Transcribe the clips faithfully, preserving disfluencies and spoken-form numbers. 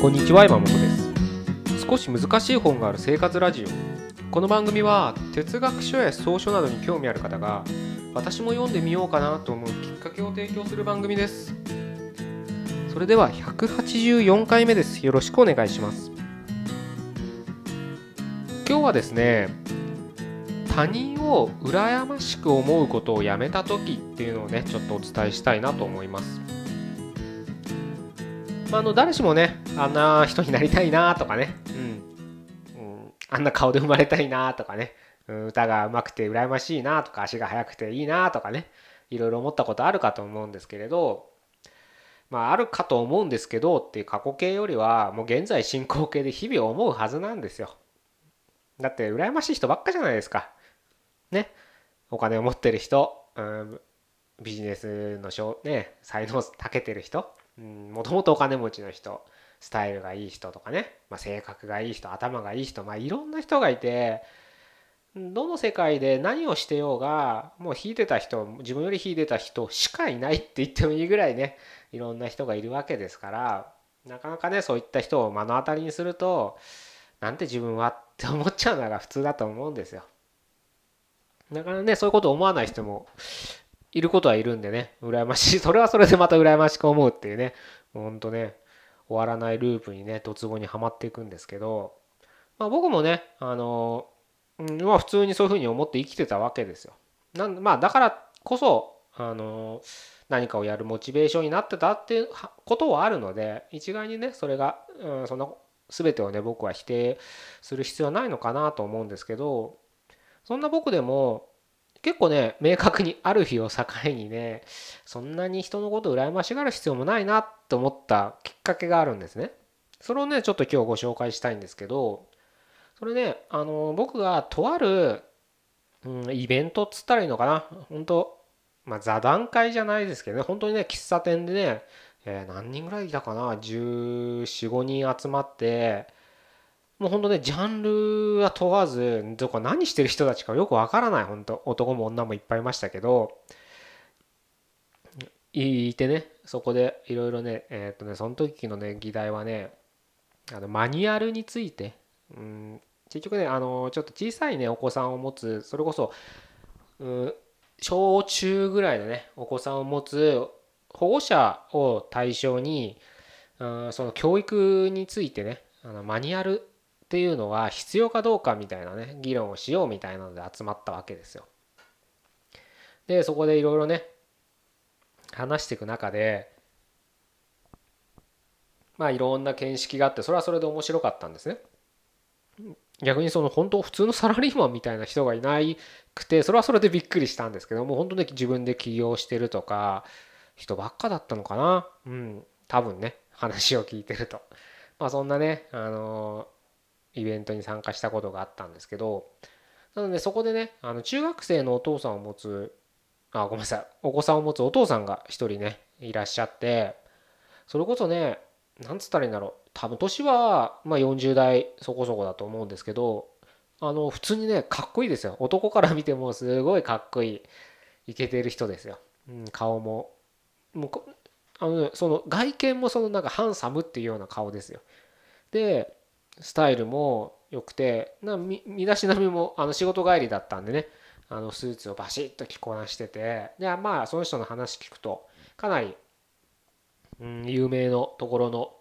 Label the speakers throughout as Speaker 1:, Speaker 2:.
Speaker 1: こんにちは、山本です。少し難しい本がある生活ラジオ。この番組は哲学書や草書などに興味ある方が、私も読んでみようかなと思うきっかけを提供する番組です。それではひゃくはちじゅうよんかいめです。よろしくお願いします。今日はですね、他人を羨ましく思うことをやめた時っていうのをね、ちょっとお伝えしたいなと思います。まあ、あの誰しもね、あんな人になりたいなとかね、うん、うん、あんな顔で生まれたいなとかね、うん、歌が上手くて羨ましいなとか、足が速くていいなとかね、いろいろ思ったことあるかと思うんですけれど、まああるかと思うんですけどっていう過去形よりは、もう現在進行形で日々思うはずなんですよ。だって羨ましい人ばっかじゃないですか。ね、お金を持ってる人、うん、ビジネスのしょ、ね、才能長けてる人、もともとお金持ちの人、スタイルがいい人とかね、まあ、性格がいい人、頭がいい人、まあ、いろんな人がいて、どの世界で何をしてようが、もう秀でた人、自分より秀でた人しかいないって言ってもいいぐらいね、いろんな人がいるわけですから、なかなかね、そういった人を目の当たりにすると、なんて自分はって思っちゃうのが普通だと思うんですよ。だからね、そういうことを思わない人もいることはいるんでね、羨ましい。それはそれでまた羨ましく思うっていうね、ほんとね、終わらないループにね、ドツボにはまっていくんですけど、まあ、僕もね、あの、うん、まあ普通にそういうふうに思って生きてたわけですよ。なんまあだからこそ、あの、何かをやるモチベーションになってたっていうことはあるので、一概にね、それが、うん、その全てをね、僕は否定する必要はないのかなと思うんですけど、そんな僕でも、結構ね、明確にある日を境にね、そんなに人のことを羨ましがる必要もないなと思ったきっかけがあるんですね。それをね、ちょっと今日ご紹介したいんですけど、それね、あの、僕がとある、うん、イベントっつったらいいのかな。本当まあ座談会じゃないですけどね、本当にね、喫茶店でね、えー何人ぐらいいたかな、じゅうよん、ごにん集まって、もう本当ね、ジャンルは問わず、どこ何してる人たちかよくわからない、本当男も女もいっぱいいましたけど、いてね、そこでいろいろね、えーっとね、その時のね、議題はね、あのマニュアルについて、うん、結局ね、あの、ちょっと小さいね、お子さんを持つ、それこそ、うん、小中ぐらいのね、お子さんを持つ保護者を対象に、うん、その教育についてね、あのマニュアルっていうのは必要かどうかみたいなね、議論をしようみたいなので集まったわけですよ。で、そこでいろいろね、話していく中で、まあいろんな見識があって、それはそれで面白かったんですね。逆にその本当普通のサラリーマンみたいな人がいなくて、それはそれでびっくりしたんですけども、本当に自分で起業してるとか人ばっかだったのかな。うん、多分ね、話を聞いてると。まあそんなね、あのイベントに参加したことがあったんですけど、なのでそこでね、あの中学生のお父さんを持つ、あ、ごめんなさい、お子さんを持つお父さんが一人ね、いらっしゃって、それこそね、なんつったらいいんだろう。多分年はまあよんじゅう代そこそこだと思うんですけど、あの普通にね、かっこいいですよ。男から見てもすごいかっこいい、イケてる人ですよ。うん、顔も。もうこあのね、その外見もそのなんかハンサムっていうような顔ですよ。で、スタイルも良くて、なみ身だしなみもあの仕事帰りだったんでね、あのスーツをバシッと着こなしてて、で、まあその人の話聞くと、かなり、うん、有名のところの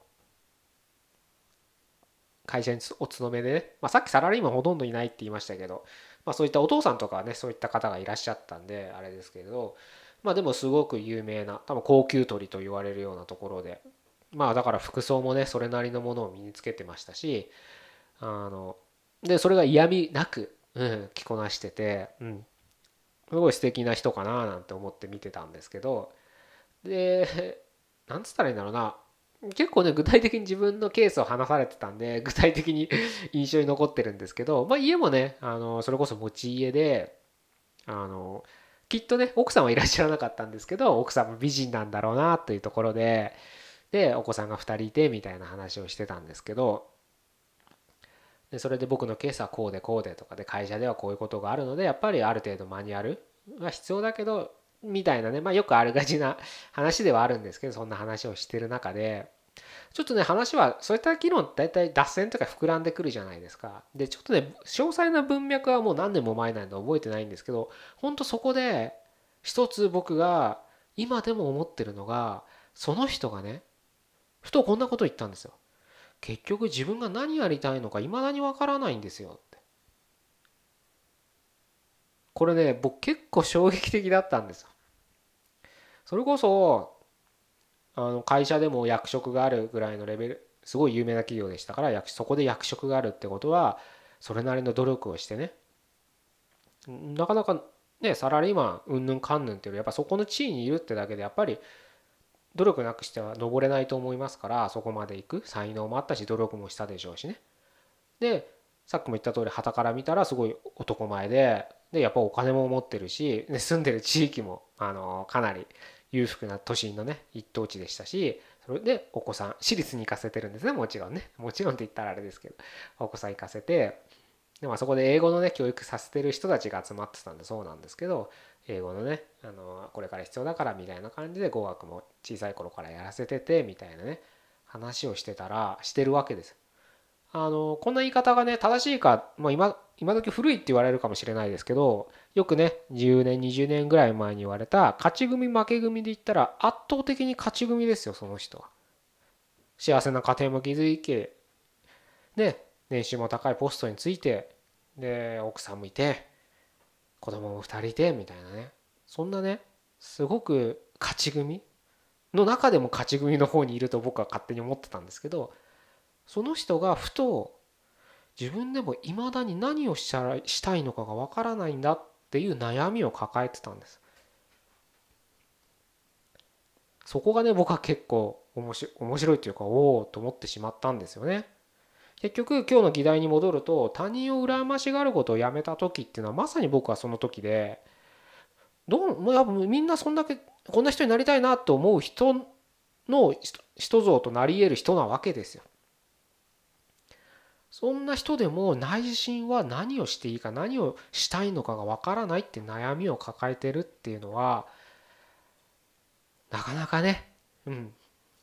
Speaker 1: 会社にお勤めでね、まあ、さっきサラリーマンほとんどいないって言いましたけど、まあ、そういったお父さんとかはね、そういった方がいらっしゃったんで、あれですけれど、まあでもすごく有名な、多分高級鳥と言われるようなところで、まあだから服装もね、それなりのものを身につけてましたし、あの、で、それが嫌味なく、うん、着こなしてて、うん、すごい素敵な人かななんて思って見てたんですけど、で、なんつったらいいんだろうな、結構ね、具体的に自分のケースを話されてたんで、具体的に印象に残ってるんですけど、まあ家もね、あの、それこそ持ち家で、あの、きっとね、奥さんはいらっしゃらなかったんですけど、奥さんも美人なんだろうなというところで、で、お子さんがふたりいてみたいな話をしてたんですけど、で、それで僕のケースはこうでこうでとかで、会社ではこういうことがあるので、やっぱりある程度マニュアルが必要だけど、みたいなね、まあよくあるがちな話ではあるんですけど、そんな話をしてる中で、 ちょっとね話はそういった議論大体脱線とか膨らんでくるじゃないですか。でちょっとね詳細な文脈はもう何年も前なんで覚えてないんですけど、本当そこで一つ僕が今でも思ってるのが、その人がねふとこんなこと言ったんですよ。結局自分が何やりたいのか未だにわからないんですよって。これね僕結構衝撃的だったんですよ。それこそあの会社でも役職があるぐらいのレベル、すごい有名な企業でしたから、そこで役職があるってことはそれなりの努力をしてね、なかなかねサラリーマンうんぬんかんぬんっていうよりやっぱそこの地位にいるってだけでやっぱり努力なくしては登れないと思いますから、そこまで行く才能もあったし努力もしたでしょうしね。でさっきも言った通り傍から見たらすごい男前で、でやっぱお金も持ってるし、で住んでる地域もあのかなり裕福な都心のね一等地でしたし、それでお子さん私立に行かせてるんですね。もちろんね、もちろんって言ったらあれですけど、お子さん行かせて、でもそこで英語のね教育させてる人たちが集まってたんでそうなんですけど、英語のねあのこれから必要だからみたいな感じで語学も小さい頃からやらせててみたいなね話をしてたらしてるわけです。あのこんな言い方がね正しいか、まあ、今今時古いって言われるかもしれないですけど、よくねじゅうねんにじゅうねんぐらい前に言われた勝ち組負け組で言ったら圧倒的に勝ち組ですよ。その人は幸せな家庭も築け、で年収も高いポストについて、で奥さんもいて子供もふたりいてみたいなね、そんなねすごく勝ち組の中でも勝ち組の方にいると僕は勝手に思ってたんですけど、その人がふと自分でも未だに何をしたらしたいのかがわからないんだっていう悩みを抱えてたんです。そこがね僕は結構面白い面白いというか、おおと思ってしまったんですよね。結局今日の議題に戻ると、他人を羨ましがることをやめた時っていうのはまさに僕はその時で、どうもうやっぱみんなそんだけこんな人になりたいなと思う人の人像となり得る人なわけですよ。そんな人でも内心は何をしていいか何をしたいのかがわからないって悩みを抱えてるっていうのはなかなかね、うん、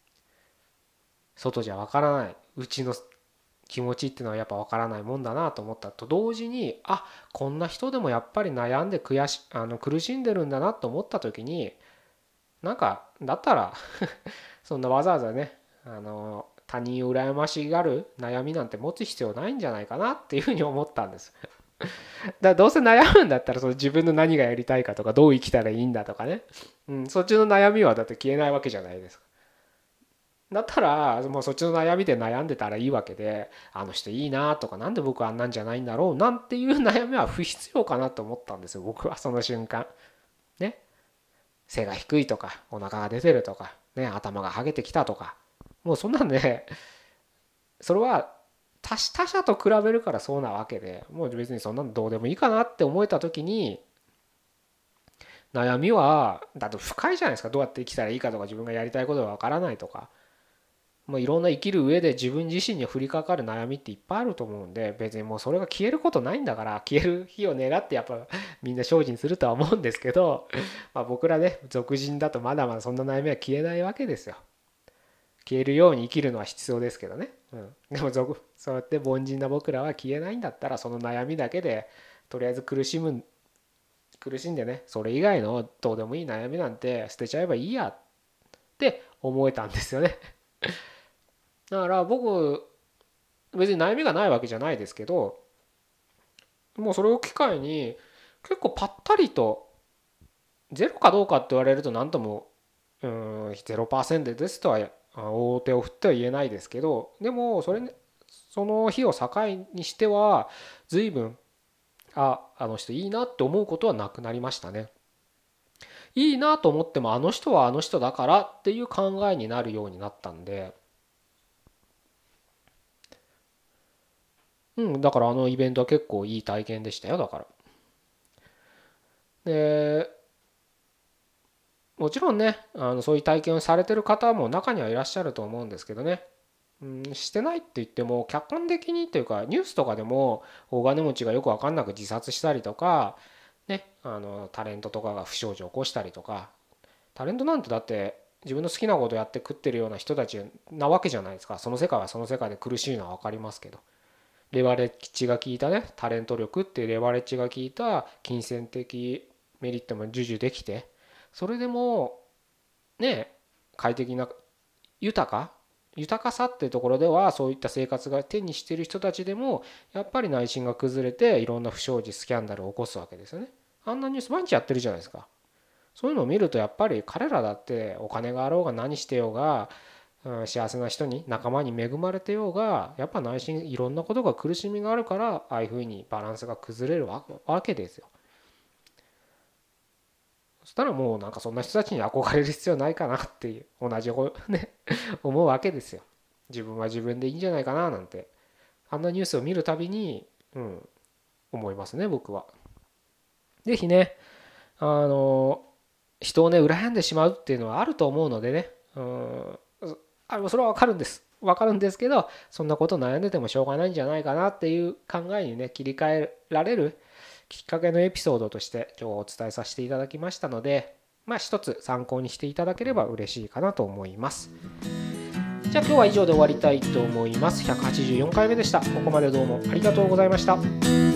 Speaker 1: 外じゃわからない、うちの気持ちっていうのはやっぱわからないもんだなと思ったと同時に、あ、こんな人でもやっぱり悩んで悔しあの苦しんでるんだなと思った時に、なんかだったらそんなわざわざねあの他人を羨ましがる悩みなんて持つ必要ないんじゃないかなっていうふうに思ったんです。だからどうせ悩むんだったらその自分の何がやりたいかとかどう生きたらいいんだとかね、うん、そっちの悩みはだって消えないわけじゃないですか。だったらもうそっちの悩みで悩んでたらいいわけで、あの人いいなとかなんで僕はあんなんじゃないんだろうなんていう悩みは不必要かなと思ったんですよ、僕はその瞬間。ね、背が低いとかお腹が出てるとか、ね、頭がハゲてきたとか、もうそんなんでそれは他他者と比べるからそうなわけで、もう別にそんなのどうでもいいかなって思えた時に、悩みはだと深いじゃないですか。どうやって生きたらいいかとか自分がやりたいことがわからないとか、もういろんな生きる上で自分自身に降りかかる悩みっていっぱいあると思うんで、別にもうそれが消えることないんだから、消える日を願ってやっぱみんな精進するとは思うんですけど、まあ僕らね俗人だとまだまだそんな悩みは消えないわけですよ。消えるように生きるのは必要ですけどね、うん、でもそうやって凡人な僕らは消えないんだったら、その悩みだけでとりあえず苦しむ苦しんでね、それ以外のどうでもいい悩みなんて捨てちゃえばいいやって思えたんですよね。だから僕別に悩みがないわけじゃないですけど、もうそれを機会に結構ぱったりと、ゼロかどうかって言われると何とも、うん、ゼロパーセントですとは大手を振っては言えないですけど、でもそれその日を境にしては随分、ああの人いいなって思うことはなくなりましたね。いいなと思ってもあの人はあの人だからっていう考えになるようになったんで、うん、だからあのイベントは結構いい体験でしたよ。だからでもちろんねあのそういう体験をされてる方も中にはいらっしゃると思うんですけどね、うん、してないって言っても客観的にというか、ニュースとかでも大金持ちがよく分かんなく自殺したりとか、ね、あのタレントとかが不祥事を起こしたりとか、タレントなんてだって自分の好きなことやって食ってるような人たちなわけじゃないですか。その世界はその世界で苦しいのは分かりますけど、レバレッジが効いたね、タレント力っていうレバレッジが効いた金銭的メリットも授受できて、それでもね、快適な豊か豊かさっていうところでは、そういった生活が手にしている人たちでもやっぱり内心が崩れていろんな不祥事スキャンダルを起こすわけですよね。あんなニュース毎日やってるじゃないですか。そういうのを見るとやっぱり彼らだってお金があろうが何してようが、うん、幸せな人に仲間に恵まれてようが、やっぱ内心いろんなことが苦しみがあるから、ああいうふうにバランスが崩れるわけですよ。そしたらもうなんかそんな人たちに憧れる必要ないかなっていう、同じね思うわけですよ。自分は自分でいいんじゃないかななんて、あんなニュースを見るたびに、うん、思いますね、僕は。ぜひね、あの人をね羨んでしまうっていうのはあると思うのでね、うん、あそれは分かるんです分かるんですけど、そんなこと悩んでてもしょうがないんじゃないかなっていう考えにね切り替えられるきっかけのエピソードとして今日お伝えさせていただきましたので、まあ一つ参考にしていただければ嬉しいかなと思います。じゃあ今日は以上で終わりたいと思います。ひゃくはちじゅうよんかいめでした。ここまでどうもありがとうございました。